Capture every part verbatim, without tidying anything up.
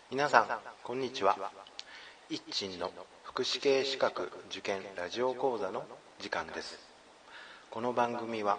皆さんこんにちは。一鎮の福祉系資格受験ラジオ講座の時間です。この番組は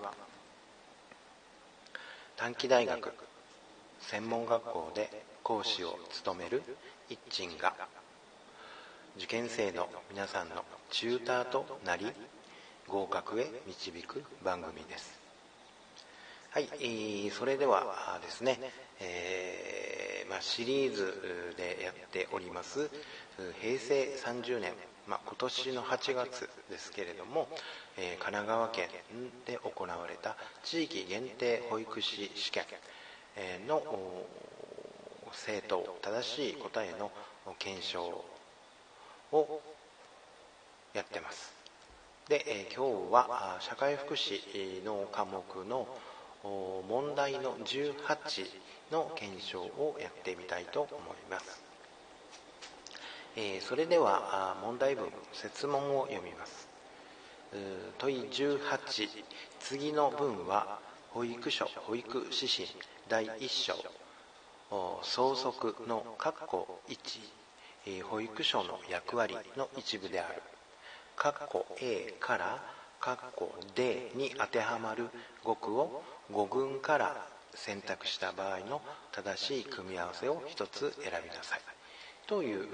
短期大学専門学校で講師を務める一鎮が受験生の皆さんのチューターとなり合格へ導く番組です。はい、えー、それではですね、えーまあ、シリーズでやっております平成さんじゅうねん、まあ、今年のはちがつですけれども、えー、神奈川県で行われた地域限定保育士試験の正答正しい答えの検証をやってます。で、えー、今日は社会福祉の科目の問題のじゅうはちの検証をやってみたいと思います。えー、それでは問題文設問を読みます。問いじゅうはち、次の文は保育所保育指針だいいっ章相続の括弧いち、保育所の役割の一部である括弧 A から括弧 D に当てはまる語句を語群から選択した場合の正しい組み合わせを一つ選びなさいという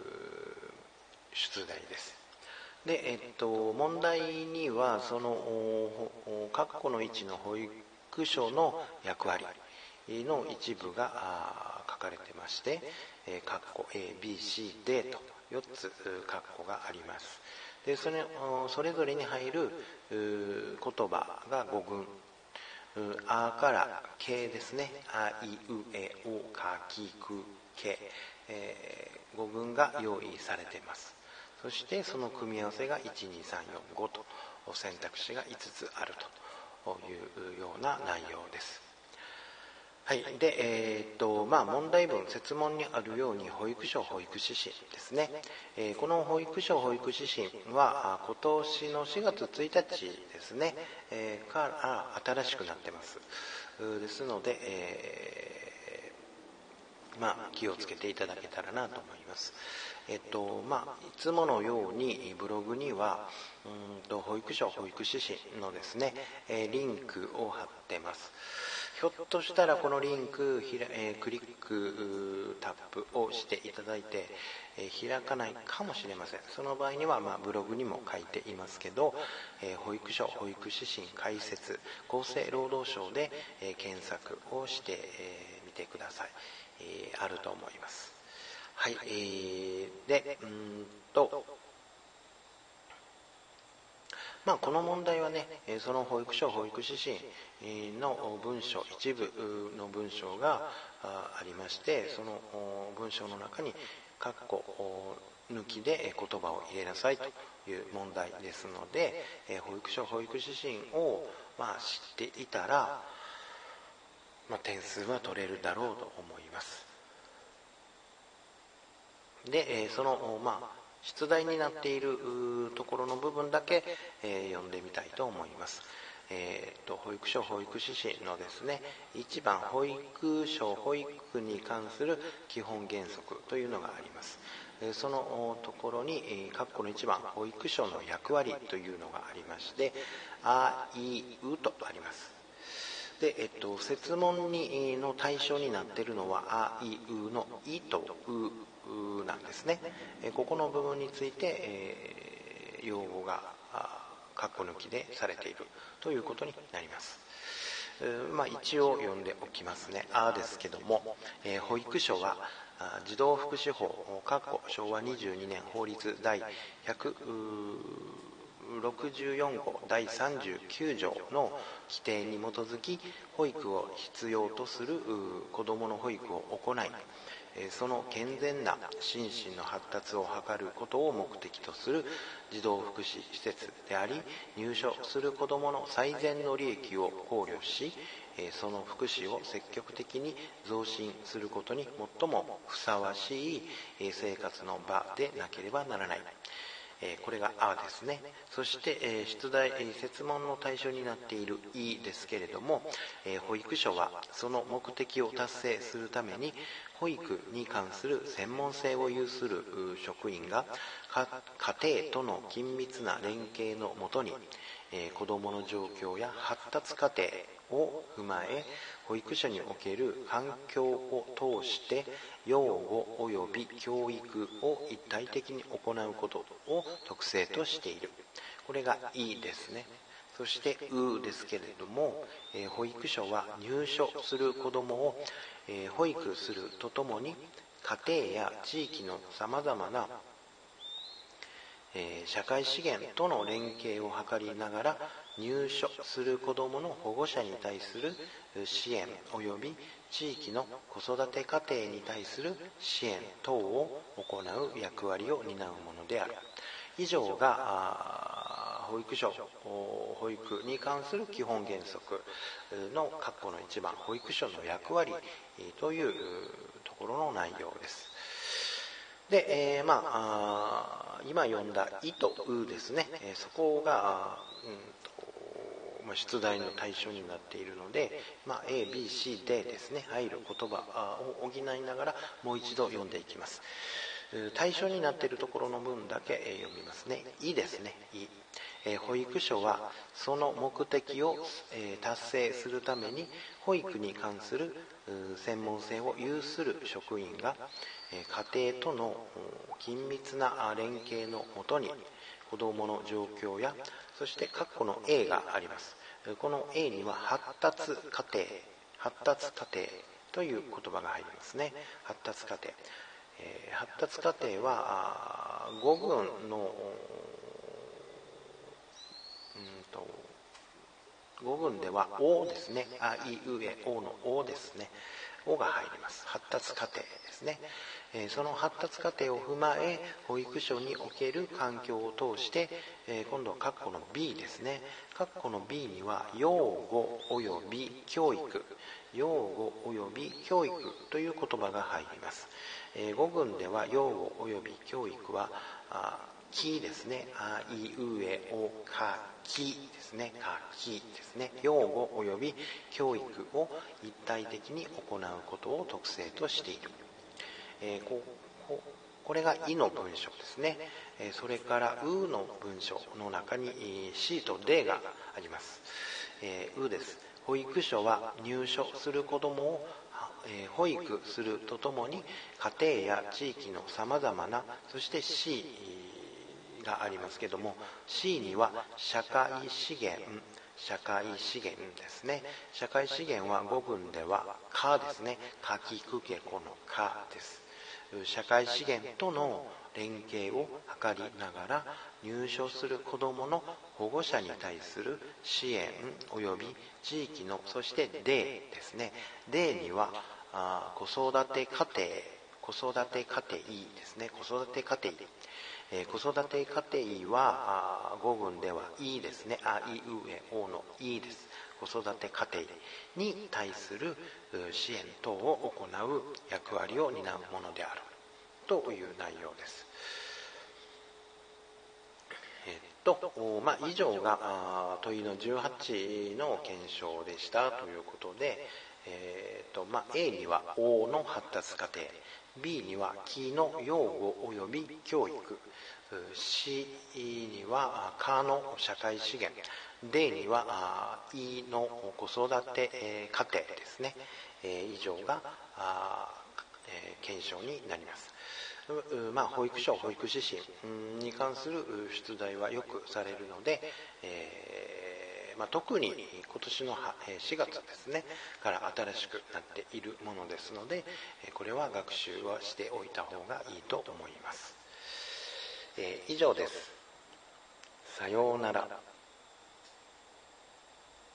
出題です。で、えっと、問題にはその括弧のいちの保育所の役割の一部が書かれてまして、括弧 A、B、C、D とよっつ括弧があります。で そ, れそれぞれに入る言葉が語群、あからけですね、あいうえおかきくけ、えー、語群が用意されています。そしてその組み合わせがいちにさんよんごと選択肢がいつつあるというような内容です。はい、で、えーっとまあ、問題文設問にあるように保育所保育指針ですね、えー、この保育所保育指針は今年のしがつついたちですね、えー、から新しくなってますですので、えーまあ、気をつけていただけたらなと思います。えっとまあ、いつものようにブログにはうんと保育所保育指針のですねリンクを貼ってます。ひょっとしたらこのリンクひら、えー、クリックタップをしていただいて、えー、開かないかもしれません。その場合には、まあ、ブログにも書いていますけど、えー、保育所保育指針解説厚生労働省で、えー、検索をしてみ、えー、てください、えー、あると思います。はい、えー、でうーんとまあ、この問題はね、その保育所保育指針の文章一部の文章がありまして、その文章の中に括弧抜きで言葉を入れなさいという問題ですので、保育所保育指針をまあ知っていたら、まあ、点数は取れるだろうと思います。で、そのまあ出題になっているところの部分だけ、えー、読んでみたいと思います。えー、と保育所保育指針のですねいちばん保育所保育に関する基本原則というのがあります。えー、そのところに括弧のいちばん保育所の役割というのがありまして、あいうとあります。で、えっと、設問にの対象になっているのはあいうのいとうなんですね。えここの部分について、えー、用語が括弧抜きでされているということになります。まあ、一応読んでおきますね。あですけども、えー、保育所は児童福祉法括弧しょうわにじゅうにねん法律第ひゃくろくじゅうよんごだいさんじゅうきゅう条の規定に基づき保育を必要とする子どもの保育を行い、その健全な心身の発達を図ることを目的とする児童福祉施設であり、入所する子どもの最善の利益を考慮し、その福祉を積極的に増進することに最もふさわしい生活の場でなければならない。 これがあですね。そして出題設問の対象になっているいですけれども、保育所はその目的を達成するために保育に関する専門性を有する職員が家庭との緊密な連携のもとに子どもの状況や発達過程を踏まえ、保育所における環境を通して養護及び教育を一体的に行うことを特性としている。これがいですね。そしてうですけれども、保育所は入所する子どもを保育するとともに家庭や地域のさまざまな社会資源との連携を図りながら入所する子どもの保護者に対する支援及び地域の子育て家庭に対する支援等を行う役割を担うものである。以上が保育所保育に関する基本原則の括弧の一番保育所の役割というところの内容です。で、えー、まあ今読んだいとうですね、そこが、うんとまあ、出題の対象になっているので、まあ、A、B、C、D ですね、入る言葉を補いながらもう一度読んでいきます。対象になっているところの分だけ読みますね。いですね。い。保育所はその目的を達成するために保育に関する専門性を有する職員が家庭との緊密な連携のもとに子どもの状況や、そして括弧の A があります。この A には発達過程発達過程という言葉が入りますね。発達過程、えー、発達過程は語群のうんと語群ではおですね。あいうえおのおですね。おが入ります。発達過程ですね。えー、その発達過程を踏まえ保育所における環境を通して、えー、今度は括弧の B ですね。括弧の B には養護及び教育養護及び教育という言葉が入ります。えー、語群では養護及び教育はあきですね。あいうえおかきですね。かきですね。養護及び教育を一体的に行うことを特性としている。えー、こ, こ, これがいの文章ですね。えー、それからうの文章の中に C と D があります。えー、うです。保育所は入所する子どもを保育するとともに家庭や地域のさまざまな、そして C がありますけども C には社会資源社会資源ですね。社会資源は語群ではかですね。かきくけこのかです。社会資源との連携を図りながら入所する子どもの保護者に対する支援及び地域の、そして D ですね。 D にはあ子育て家庭子育て家庭ですね。子育て家庭、えー、子育て家庭は語群ではいですね。あいうえおのいです。子育て家庭に対する支援等を行う役割を担うものであるという内容です。えっとまあ、以上が問いのじゅうはちの検証でしたということで、えっとまあ、A には O の発達過程、B にはきの養護及び教育、C にはかの社会資源、D には E の子育て家庭ですね。以上が検証になります。まあ、保育所保育指針に関する出題はよくされるので、えーまあ、特に今年のしがつですねから新しくなっているものですので、これは学習はしておいた方がいいと思います。えー、以上です。さようなら。